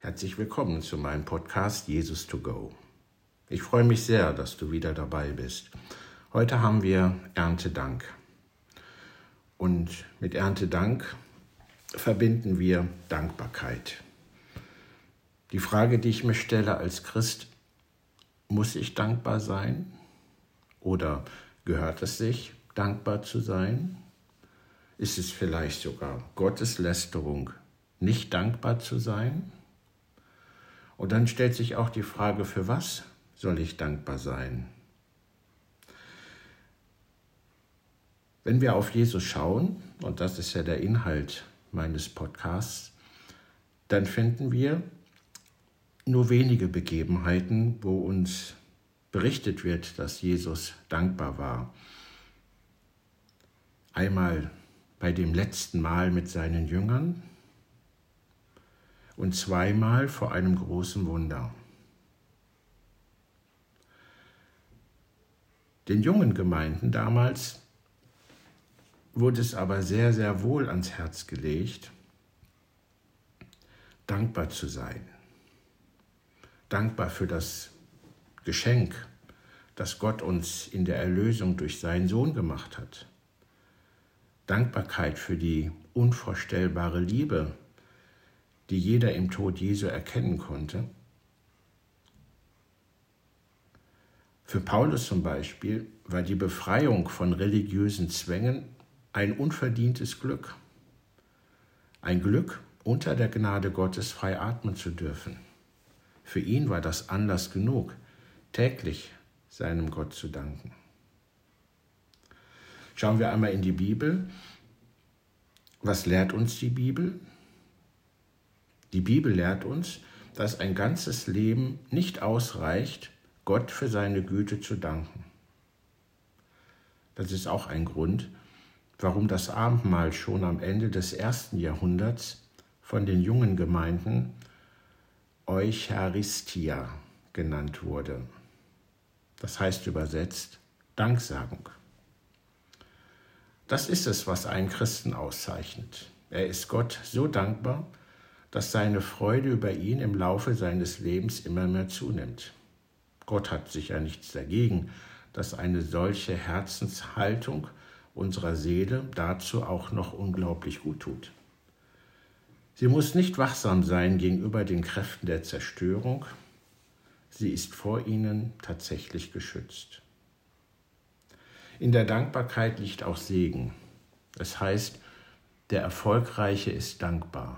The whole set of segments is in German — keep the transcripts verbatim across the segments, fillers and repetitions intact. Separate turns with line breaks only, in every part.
Herzlich willkommen zu meinem Podcast Jesus to go. Ich freue mich sehr, dass du wieder dabei bist. Heute haben wir Erntedank. Und mit Erntedank verbinden wir Dankbarkeit. Die Frage, die ich mir stelle als Christ, muss ich dankbar sein? Oder gehört es sich, dankbar zu sein? Ist es vielleicht sogar Gotteslästerung, nicht dankbar zu sein? Und dann stellt sich auch die Frage, für was soll ich dankbar sein? Wenn wir auf Jesus schauen, und das ist ja der Inhalt meines Podcasts, dann finden wir nur wenige Begebenheiten, wo uns berichtet wird, dass Jesus dankbar war. Einmal bei dem letzten Mal mit seinen Jüngern und zweimal vor einem großen Wunder. Den jungen Gemeinden damals wurde es aber sehr, sehr wohl ans Herz gelegt, dankbar zu sein. Dankbar für das Geschenk, das Gott uns in der Erlösung durch seinen Sohn gemacht hat. Dankbarkeit für die unvorstellbare Liebe, die jeder im Tod Jesu erkennen konnte. Für Paulus zum Beispiel war die Befreiung von religiösen Zwängen ein unverdientes Glück. Ein Glück, unter der Gnade Gottes frei atmen zu dürfen. Für ihn war das Anlass genug, täglich seinem Gott zu danken. Schauen wir einmal in die Bibel. Was lehrt uns die Bibel? Die Bibel lehrt uns, dass ein ganzes Leben nicht ausreicht, Gott für seine Güte zu danken. Das ist auch ein Grund, warum das Abendmahl schon am Ende des ersten Jahrhunderts von den jungen Gemeinden Eucharistia genannt wurde. Das heißt übersetzt Danksagung. Das ist es, was einen Christen auszeichnet. Er ist Gott so dankbar, dass seine Freude über ihn im Laufe seines Lebens immer mehr zunimmt. Gott hat sicher nichts dagegen, dass eine solche Herzenshaltung unserer Seele dazu auch noch unglaublich gut tut. Sie muss nicht wachsam sein gegenüber den Kräften der Zerstörung. Sie ist vor ihnen tatsächlich geschützt. In der Dankbarkeit liegt auch Segen. Das heißt, der Erfolgreiche ist dankbar.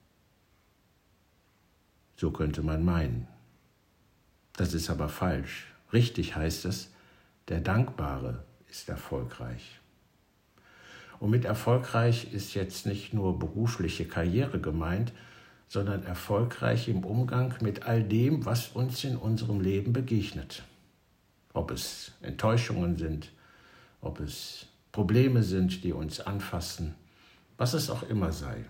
So könnte man meinen. Das ist aber falsch. Richtig heißt es, der Dankbare ist erfolgreich. Und mit erfolgreich ist jetzt nicht nur berufliche Karriere gemeint, sondern erfolgreich im Umgang mit all dem, was uns in unserem Leben begegnet. Ob es Enttäuschungen sind, ob es Probleme sind, die uns anfassen, was es auch immer sei.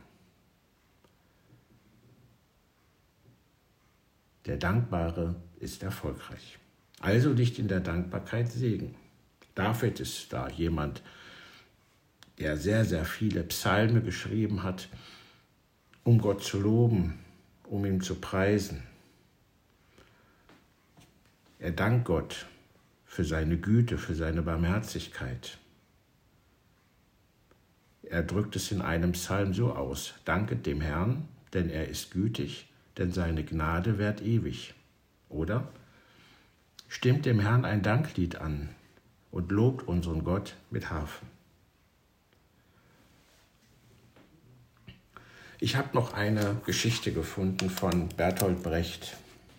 Der Dankbare ist erfolgreich. Also liegt in der Dankbarkeit Segen. David ist da jemand, der sehr, sehr viele Psalme geschrieben hat, um Gott zu loben, um ihn zu preisen. Er dankt Gott für seine Güte, für seine Barmherzigkeit. Er drückt es in einem Psalm so aus: Danket dem Herrn, denn er ist gütig, denn seine Gnade währt ewig. Oder stimmt dem Herrn ein Danklied an und lobt unseren Gott mit Harfen. Ich habe noch eine Geschichte gefunden von Bertolt Brecht.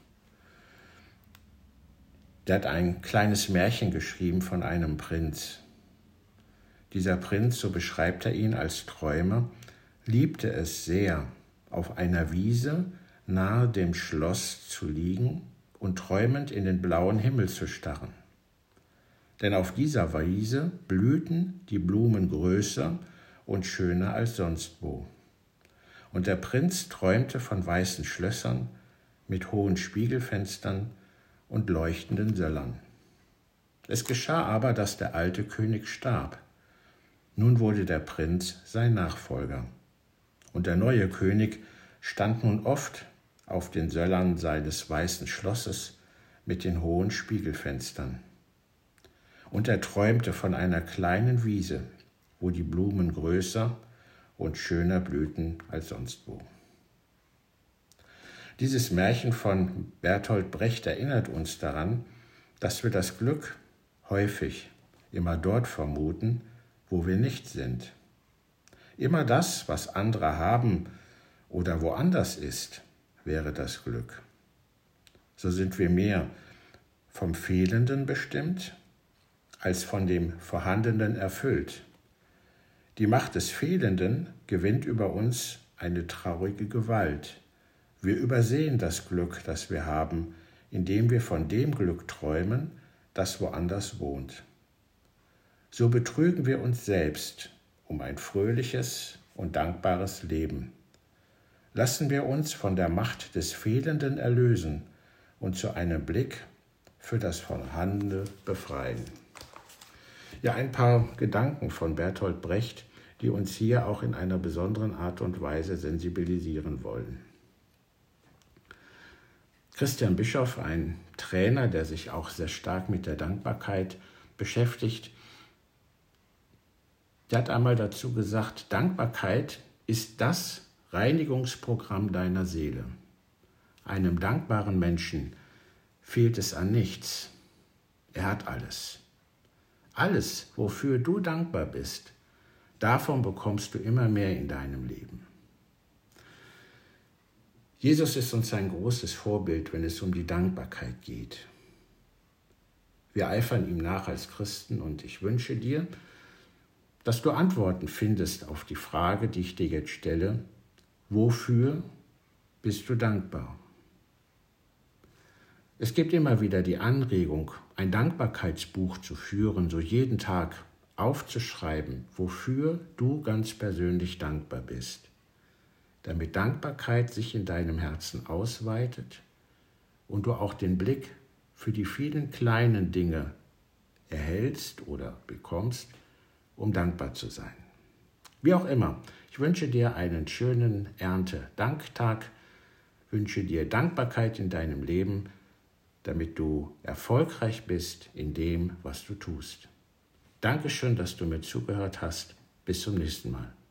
Der hat ein kleines Märchen geschrieben von einem Prinz. Dieser Prinz, so beschreibt er ihn als Träumer, liebte es sehr, auf einer Wiese nahe dem Schloss zu liegen und träumend in den blauen Himmel zu starren. Denn auf dieser Wiese blühten die Blumen größer und schöner als sonst wo. Und der Prinz träumte von weißen Schlössern mit hohen Spiegelfenstern und leuchtenden Söllern. Es geschah aber, dass der alte König starb. Nun wurde der Prinz sein Nachfolger. Und der neue König stand nun oft auf den Söllern seines weißen Schlosses mit den hohen Spiegelfenstern. Und er träumte von einer kleinen Wiese, wo die Blumen größer und schöner blühten als sonst wo. Dieses Märchen von Bertolt Brecht erinnert uns daran, dass wir das Glück häufig immer dort vermuten, wo wir nicht sind. Immer das, was andere haben oder woanders ist, wäre das Glück. So sind wir mehr vom Fehlenden bestimmt, als von dem Vorhandenen erfüllt. Die Macht des Fehlenden gewinnt über uns eine traurige Gewalt. Wir übersehen das Glück, das wir haben, indem wir von dem Glück träumen, das woanders wohnt. So betrügen wir uns selbst um ein fröhliches und dankbares Leben. Lassen wir uns von der Macht des Fehlenden erlösen und zu einem Blick für das Vorhandene befreien. Ja, ein paar Gedanken von Bertolt Brecht, die uns hier auch in einer besonderen Art und Weise sensibilisieren wollen. Christian Bischoff, ein Trainer, der sich auch sehr stark mit der Dankbarkeit beschäftigt, der hat einmal dazu gesagt, Dankbarkeit ist das Reinigungsprogramm deiner Seele. Einem dankbaren Menschen fehlt es an nichts. Er hat alles. Alles, wofür du dankbar bist, davon bekommst du immer mehr in deinem Leben. Jesus ist uns ein großes Vorbild, wenn es um die Dankbarkeit geht. Wir eifern ihm nach als Christen und ich wünsche dir, dass du Antworten findest auf die Frage, die ich dir jetzt stelle: Wofür bist du dankbar? Es gibt immer wieder die Anregung, ein Dankbarkeitsbuch zu führen, so jeden Tag aufzuschreiben, wofür du ganz persönlich dankbar bist, damit Dankbarkeit sich in deinem Herzen ausweitet und du auch den Blick für die vielen kleinen Dinge erhältst oder bekommst, um dankbar zu sein. Wie auch immer, ich wünsche dir einen schönen Erntedanktag, wünsche dir Dankbarkeit in deinem Leben, damit du erfolgreich bist in dem, was du tust. Dankeschön, dass du mir zugehört hast. Bis zum nächsten Mal.